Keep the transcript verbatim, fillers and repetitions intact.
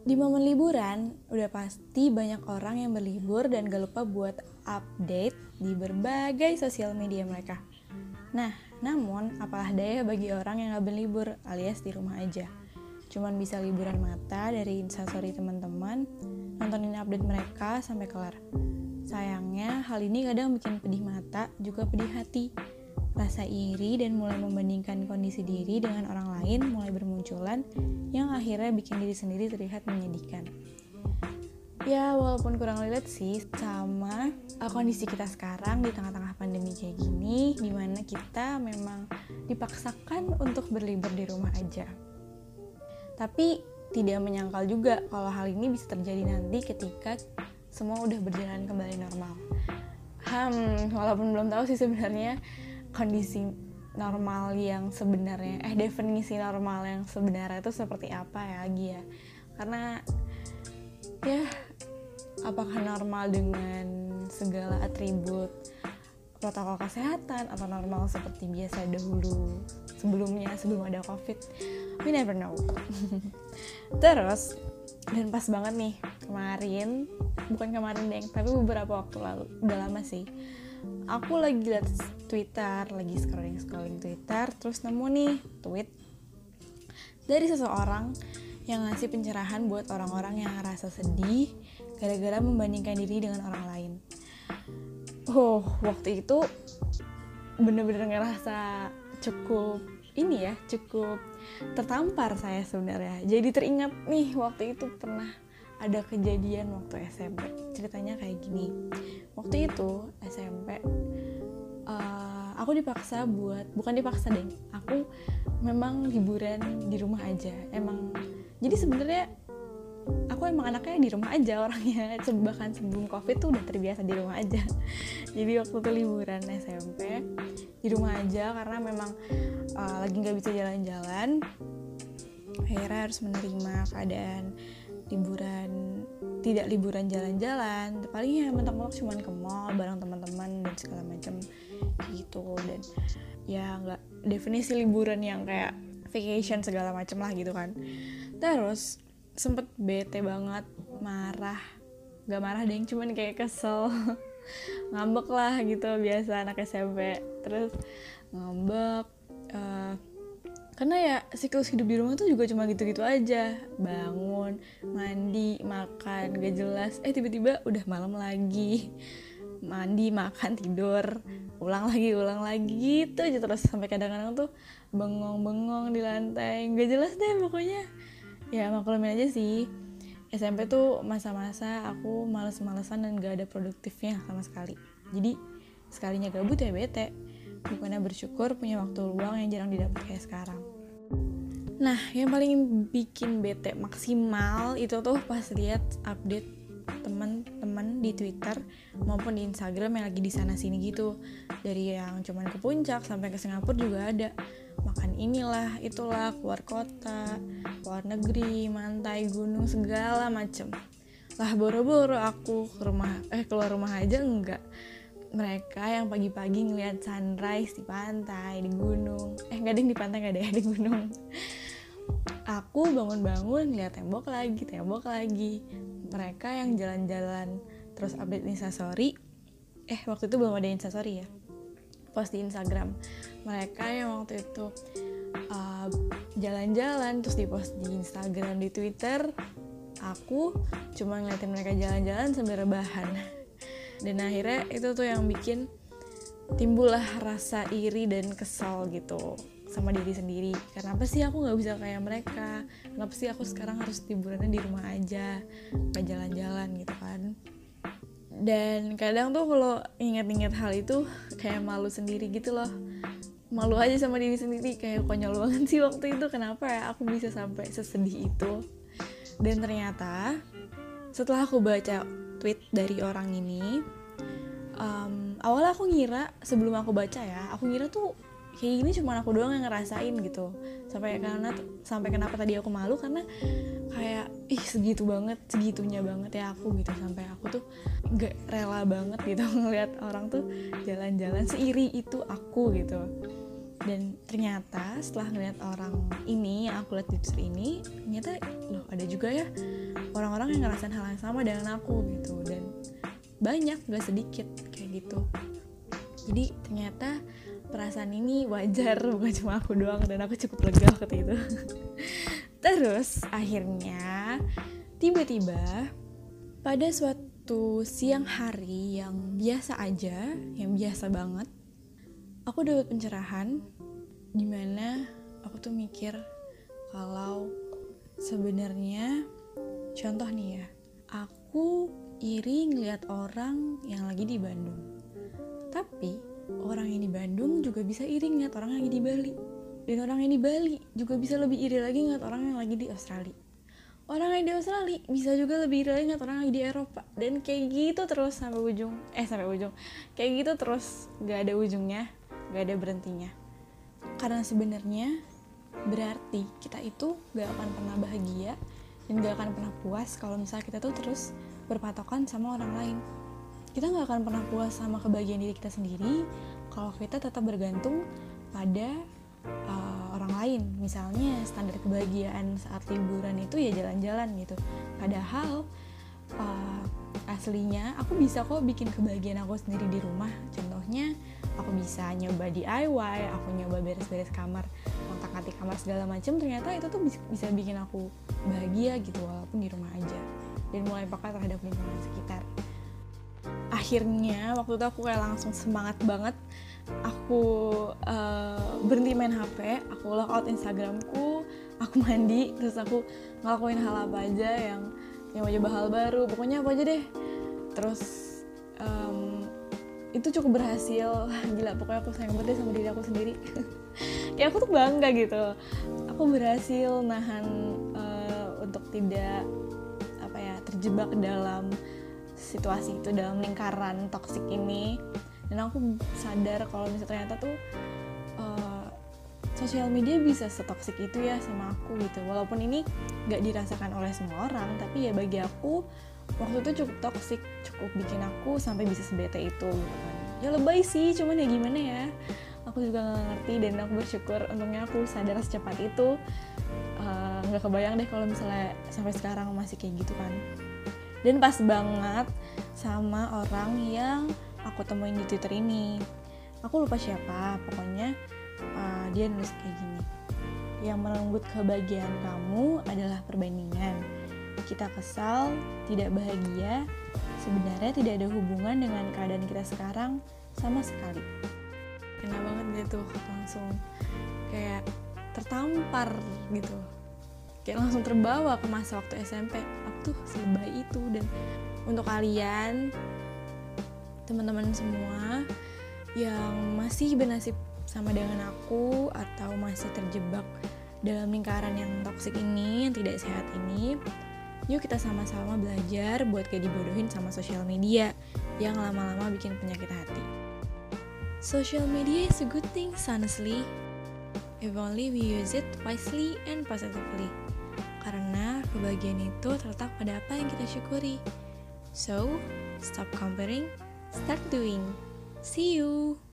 Di momen liburan, udah pasti banyak orang yang berlibur dan gak lupa buat update di berbagai sosial media mereka. Nah, namun apalah daya bagi orang yang gak berlibur alias di rumah aja. Cuman bisa liburan mata dari instastory teman-teman, nontonin update mereka sampai kelar. Sayangnya, hal ini kadang bikin pedih mata, juga pedih hati. Rasa iri dan mulai membandingkan kondisi diri dengan orang lain mulai bermunculan yang akhirnya bikin diri sendiri terlihat menyedihkan. Ya walaupun kurang relate sih sama uh, kondisi kita sekarang di tengah-tengah pandemi kayak gini, dimana kita memang dipaksakan untuk berlibur di rumah aja. Tapi tidak menyangkal juga kalau hal ini bisa terjadi nanti ketika semua udah berjalan kembali normal. Hmm, walaupun belum tahu sih sebenarnya kondisi normal yang sebenarnya, eh definisi normal yang sebenarnya itu seperti apa ya lagi ya. Karena ya apakah normal dengan segala atribut protokol kesehatan atau normal seperti biasa dahulu sebelumnya, sebelum ada covid, we never know. Terus dan pas banget nih kemarin, bukan kemarin deng, tapi beberapa waktu lalu, udah lama sih, aku lagi liat Twitter, lagi scrolling-scrolling Twitter, terus nemu nih tweet dari seseorang yang ngasih pencerahan buat orang-orang yang ngerasa sedih gara-gara membandingkan diri dengan orang lain. Oh, waktu itu bener-bener ngerasa cukup ini ya, cukup tertampar saya sebenarnya. Jadi teringat nih waktu itu pernah ada kejadian waktu S M P. Ceritanya kayak gini. Waktu itu S M P uh, aku dipaksa buat, bukan dipaksa deh, aku memang liburan di rumah aja. Emang jadi sebenarnya aku emang anaknya di rumah aja orangnya. Bahkan sebelum covid tuh udah terbiasa di rumah aja. Jadi waktu itu liburan S M P di rumah aja karena memang uh, lagi nggak bisa jalan-jalan. Akhirnya harus menerima keadaan liburan, tidak liburan jalan-jalan, palingnya mentok-mentok cuman ke mall bareng teman-teman dan segala macam gitu. Dan ya nggak definisi liburan yang kayak vacation segala macam lah gitu kan. Terus sempet bete banget, marah, nggak marah deh, cuman kayak kesel, ngambek lah gitu biasa anak S M P. Terus ngambek uh, karena ya siklus hidup di rumah tuh juga cuma gitu-gitu aja, bangun, mandi, makan, gak jelas, eh tiba-tiba udah malam lagi, mandi, makan, tidur, ulang lagi, ulang lagi gitu aja terus sampai kadang-kadang tuh bengong-bengong di lantai, gak jelas deh pokoknya. Ya maklumin aja sih, S M P tuh masa-masa aku males-malesan dan gak ada produktifnya sama sekali. Jadi sekalinya gabut ya bete, bukannya bersyukur punya waktu luang yang jarang didapat kayak sekarang. Nah, yang paling bikin bete maksimal itu tuh pas lihat update teman-teman di Twitter maupun di Instagram yang lagi di sana sini gitu. Dari yang cuman ke puncak sampai ke Singapura juga ada. Makan inilah, itulah, keluar kota, keluar negeri, pantai, gunung, segala macem. Lah boro-boro aku ke rumah, eh keluar rumah aja enggak. Mereka yang pagi-pagi ngeliat sunrise di pantai, di gunung. Eh enggak deh, di pantai enggak deh, di gunung. Aku bangun-bangun lihat tembok lagi, tembok lagi. Mereka yang jalan-jalan terus update Instastory. Eh waktu itu belum ada Instastory ya, post di Instagram. Mereka yang waktu itu uh, jalan-jalan terus di post di Instagram, di Twitter. Aku cuma ngeliatin mereka jalan-jalan sambil rebahan. Dan akhirnya itu tuh yang bikin timbullah rasa iri dan kesal gitu sama diri sendiri. Kenapa sih aku gak bisa kayak mereka? Kenapa sih aku sekarang harus liburannya di rumah aja, gak jalan-jalan gitu kan? Dan kadang tuh kalau inget-inget hal itu kayak malu sendiri gitu loh. Malu aja sama diri sendiri, kayak konyol banget sih waktu itu. Kenapa ya aku bisa sampai sesedih itu? Dan ternyata setelah aku baca tweet dari orang ini, um, awalnya aku ngira, sebelum aku baca ya, aku ngira tuh kayak gini cuma aku doang yang ngerasain gitu. Sampai karena sampai kenapa tadi aku malu karena kayak ih segitu banget, segitunya banget ya aku gitu, sampai aku tuh gak rela banget gitu ngeliat orang tuh jalan-jalan seiri itu aku gitu. Dan ternyata setelah ngeliat orang ini yang aku lihat di Twitter ini, ternyata loh ada juga ya orang-orang yang ngerasain hal yang sama dengan aku gitu. Dan banyak, gak sedikit kayak gitu. Jadi ternyata perasaan ini wajar, bukan cuma aku doang, dan aku cukup lega waktu itu. Terus akhirnya tiba-tiba pada suatu siang hari yang biasa aja, yang biasa banget, aku dapat pencerahan dimana aku tuh mikir kalau sebenarnya contoh nih ya, aku iri ngeliat orang yang lagi di Bandung, tapi orang yang di Bandung juga bisa iri ngeliat orang yang lagi di Bali, dan orang yang di Bali juga bisa lebih iri lagi ngeliat orang yang lagi di Australia. Orang yang di Australia bisa juga lebih iri lagi ngeliat orang yang lagi di Eropa, dan kayak gitu terus sampai ujung, eh sampai ujung, kayak gitu terus gak ada ujungnya, gak ada berhentinya. Karena sebenarnya berarti kita itu gak akan pernah bahagia dan gak akan pernah puas kalau misalnya kita tuh terus berpatokan sama orang lain. Kita gak akan pernah puas sama kebahagiaan diri kita sendiri kalau kita tetap bergantung pada uh, orang lain. Misalnya standar kebahagiaan saat liburan itu ya jalan-jalan gitu, padahal uh, aslinya aku bisa kok bikin kebahagiaan aku sendiri di rumah. Contohnya aku bisa nyoba D I Y, aku nyoba beres-beres kamar, ngotak-ngatik kamar segala macam, ternyata itu tuh bisa bikin aku bahagia gitu walaupun di rumah aja, dan mulai peka terhadap lingkungan sekitar. Akhirnya waktu itu aku kayak langsung semangat banget, aku uh, berhenti main H P, aku log out Instagramku, aku mandi, terus aku ngelakuin hal apa aja yang yang mau coba hal baru, pokoknya apa aja deh. Terus um, itu cukup berhasil, gila pokoknya aku sayang banget deh sama diri aku sendiri. Ya aku tuh bangga gitu, aku berhasil nahan uh, untuk tidak apa ya terjebak dalam situasi itu, dalam lingkaran toksik ini. Dan aku sadar kalau misalnya ternyata tuh uh, sosial media bisa setoksik itu ya sama aku gitu. Walaupun ini gak dirasakan oleh semua orang, tapi ya bagi aku waktu itu cukup toksik, cukup bikin aku sampai bisa sebete itu gitu kan. Ya lebay sih, cuman ya gimana ya, aku juga gak ngerti, dan aku bersyukur untungnya aku sadar secepat itu. uh, Gak kebayang deh kalau misalnya sampai sekarang masih kayak gitu kan. Dan pas banget sama orang yang aku temuin di Twitter ini, aku lupa siapa, pokoknya uh, dia nulis kayak gini: yang merenggut kebahagiaan kamu adalah perbandingan. Kita kesal, tidak bahagia, sebenarnya tidak ada hubungan dengan keadaan kita sekarang sama sekali. Kena banget gitu, langsung kayak tertampar gitu, kayak langsung terbawa ke masa waktu S M P. Aku tuh selebay itu. Dan untuk kalian teman-teman semua yang masih bernasib sama dengan aku atau masih terjebak dalam lingkaran yang toksik ini, yang tidak sehat ini, yuk kita sama-sama belajar buat gak dibodohin sama sosial media yang lama-lama bikin penyakit hati. Social media is a good thing, honestly, if only we use it wisely and positively. Karena kebahagiaan itu terletak pada apa yang kita syukuri. So, stop comparing, start doing. See you!